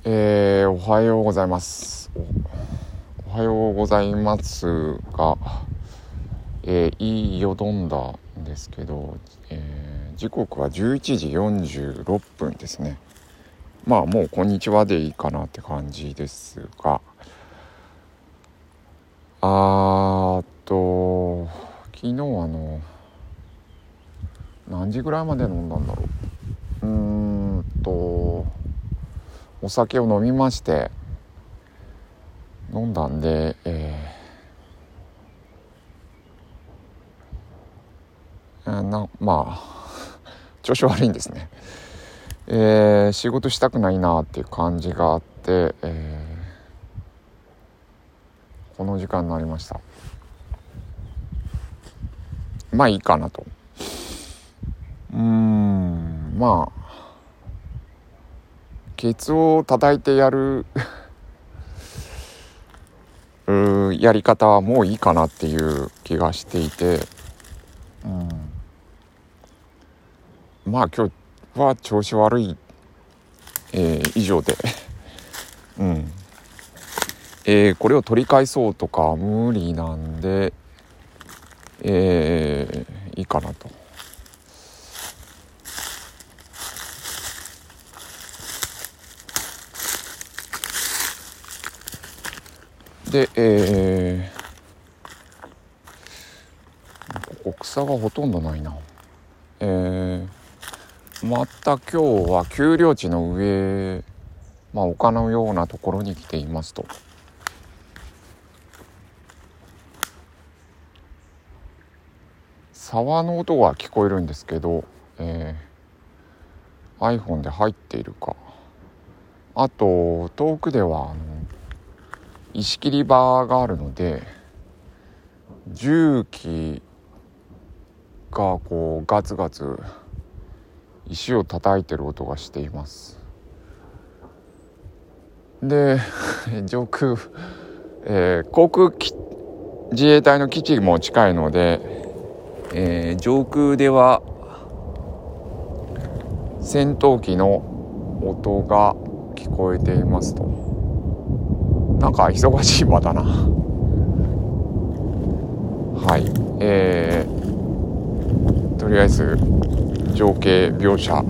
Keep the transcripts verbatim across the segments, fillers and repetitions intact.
えー、おはようございますお、おはようございますが、えー、いいよどんだんですけど、えー、時刻はじゅういちじよんじゅうろっぷんですね。まあもうこんにちはでいいかなって感じですが、あーっと昨日あの何時ぐらいまで飲んだんだろううーんとお酒を飲みまして飲んだんで、えー、なまあ調子悪いんですね。えー、仕事したくないなっていう感じがあって、えー、この時間になりました。まあいいかなと。うーんまあケツを叩いてやるうやり方はもういいかなっていう気がしていて、うん、まあ今日は調子悪い、えー、以上で、うんえー、これを取り返そうとか無理なんで、えー、いいかなと。で、えー、ここ草がほとんどないな。えー、また今日は丘陵地の上、まあ、丘のようなところに来ていますと。沢の音が聞こえるんですけど、えー、iPhone で入っているか。あと遠くではあの石切り場があるので重機がこうガツガツ石を叩いてる音がしています。で上空、えー、航空機自衛隊の基地も近いので、えー、上空では戦闘機の音が聞こえていますと。なんか忙しい場だな。はい、えー、とりあえず情景描写、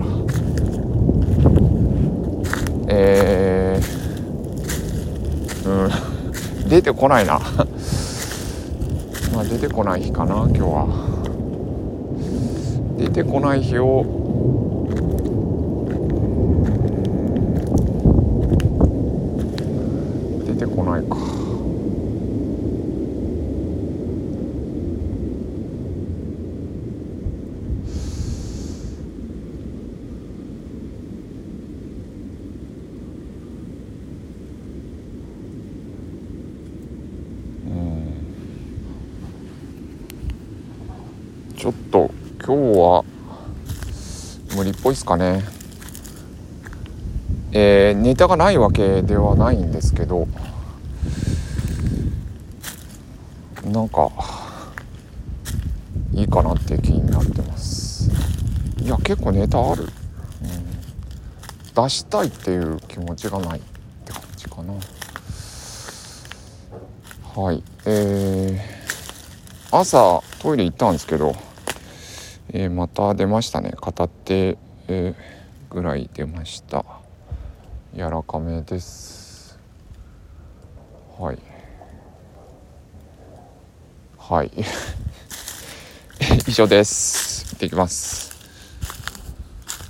えー、うん出てこないなまあ出てこない日かな今日は。出てこない日を出てこないか。ちょっと今日は無理っぽいっすかね。えー、ネタがないわけではないんですけど、なんかいいかなっていう気になってます。いや結構ネタある、うん、出したいっていう気持ちがないって感じかな。はい、えー、朝トイレ行ったんですけど、えー、また出ましたね。片手、えー、ぐらい出ました。柔らかめです。はいはい以上です。行ってきます。